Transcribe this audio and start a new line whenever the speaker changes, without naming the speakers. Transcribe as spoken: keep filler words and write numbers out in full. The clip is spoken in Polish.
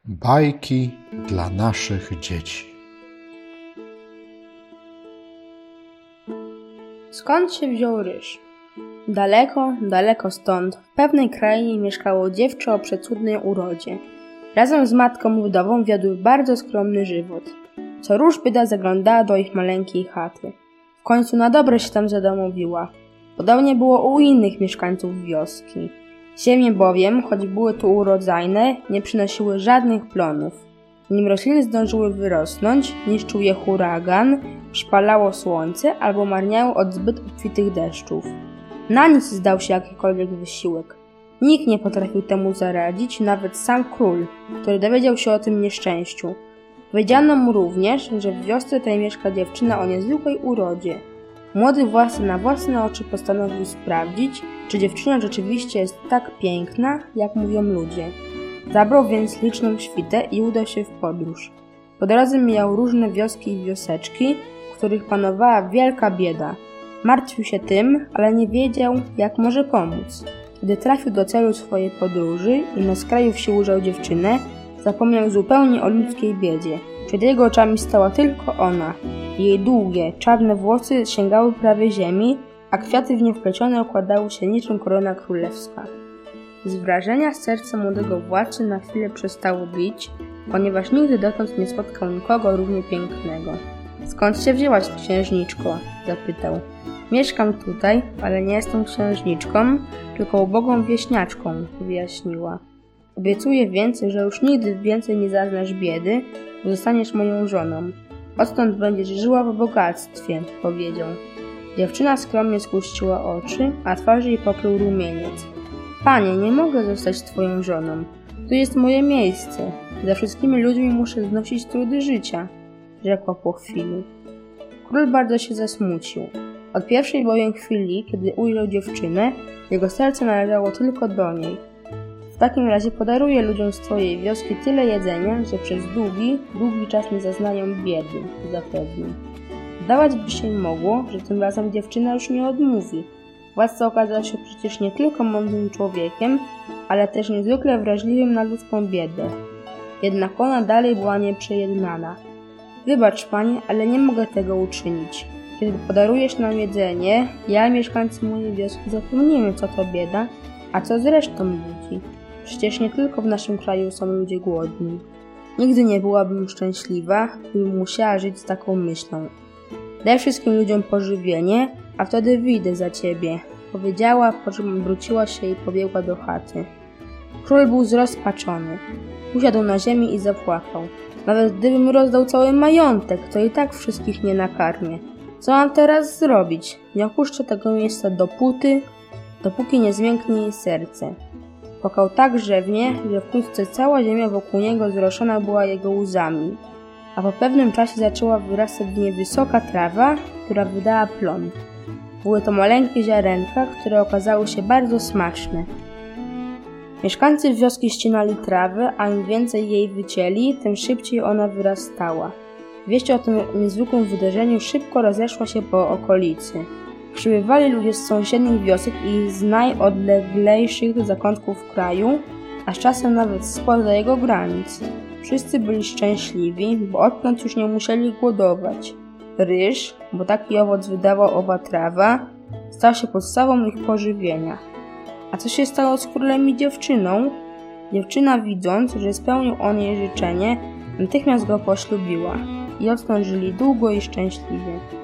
Bajki dla naszych dzieci.
Skąd się wziął ryż? Daleko, daleko stąd, w pewnej krainie mieszkało dziewczę o przecudnej urodzie. Razem z matką wdową wiodły bardzo skromny żywot. Co róż bieda zaglądała do ich maleńkiej chaty. W końcu na dobre się tam zadomowiła. Podobnie było u innych mieszkańców wioski. Ziemie bowiem, choć były tu urodzajne, nie przynosiły żadnych plonów. Nim rośliny zdążyły wyrosnąć, niszczył je huragan, przypalało słońce albo marniały od zbyt obfitych deszczów. Na nic zdał się jakikolwiek wysiłek. Nikt nie potrafił temu zaradzić, nawet sam król, który dowiedział się o tym nieszczęściu. Powiedziano mu również, że w wiosce tej mieszka dziewczyna o niezwykłej urodzie. Młody władca na własne oczy postanowił sprawdzić, czy dziewczyna rzeczywiście jest tak piękna, jak mówią ludzie. Zabrał więc liczną świtę i udał się w podróż. Po drodze mijał różne wioski i wioseczki, w których panowała wielka bieda. Martwił się tym, ale nie wiedział, jak może pomóc. Gdy trafił do celu swojej podróży i na skraju wsi ujrzał dziewczynę, zapomniał zupełnie o ludzkiej biedzie. Przed jego oczami stała tylko ona. Jej długie, czarne włosy sięgały prawie ziemi, a kwiaty w nie wplecione układały się niczym korona królewska. Z wrażenia serce młodego władcy na chwilę przestało bić, ponieważ nigdy dotąd nie spotkał nikogo równie pięknego. Skąd się wzięłaś, księżniczko? Zapytał. Mieszkam tutaj, ale nie jestem księżniczką, tylko ubogą wieśniaczką, wyjaśniła. Obiecuję więc, że już nigdy więcej nie zaznasz biedy, bo zostaniesz moją żoną. Odtąd będziesz żyła w bogactwie, powiedział. Dziewczyna skromnie spuściła oczy, a twarzy jej pokrył rumieniec. Panie, nie mogę zostać twoją żoną. Tu jest moje miejsce. Za wszystkimi ludźmi muszę znosić trudy życia, rzekła po chwili. Król bardzo się zasmucił. Od pierwszej bowiem chwili, kiedy ujrzał dziewczynę, jego serce należało tylko do niej. W takim razie podaruję ludziom z twojej wioski tyle jedzenia, że przez długi, długi czas nie zaznają biedy, zapewnił. Zdawać by się mogło, że tym razem dziewczyna już nie odmówi. Władca okazał się przecież nie tylko mądrym człowiekiem, ale też niezwykle wrażliwym na ludzką biedę. Jednak ona dalej była nieprzejednana. Wybacz, panie, ale nie mogę tego uczynić. Kiedy podarujesz nam jedzenie, ja, mieszkańcy mojej wioski, zapomnimy, co to bieda, a co z resztą ludzi. Przecież nie tylko w naszym kraju są ludzie głodni. Nigdy nie byłabym szczęśliwa, gdybym musiała żyć z taką myślą. Daj wszystkim ludziom pożywienie, a wtedy wyjdę za ciebie, powiedziała, po czym obróciła się i pobiegła do chaty. Król był zrozpaczony. Usiadł na ziemi i zapłakał. Nawet gdybym rozdał cały majątek, to i tak wszystkich nie nakarmię. Co mam teraz zrobić? Nie opuszczę tego miejsca dopóty, dopóki nie zmięknie jej serce. Płakał tak rzewnie, że wkrótce cała ziemia wokół niego zroszona była jego łzami. A po pewnym czasie zaczęła wyrastać w niej wysoka trawa, która wydała plon. Były to maleńkie ziarenka, które okazały się bardzo smaczne. Mieszkańcy wioski ścinali trawę, a im więcej jej wycięli, tym szybciej ona wyrastała. Wieść o tym niezwykłym wydarzeniu szybko rozeszła się po okolicy. Przybywali ludzie z sąsiednich wiosek i z najodleglejszych zakątków kraju, a z czasem nawet spoza jego granic. Wszyscy byli szczęśliwi, bo odtąd już nie musieli głodować. Ryż, bo taki owoc wydawał owa trawa, stał się podstawą ich pożywienia. A co się stało z królem i dziewczyną? Dziewczyna, widząc, że spełnił on jej życzenie, natychmiast go poślubiła i odtąd żyli długo i szczęśliwie.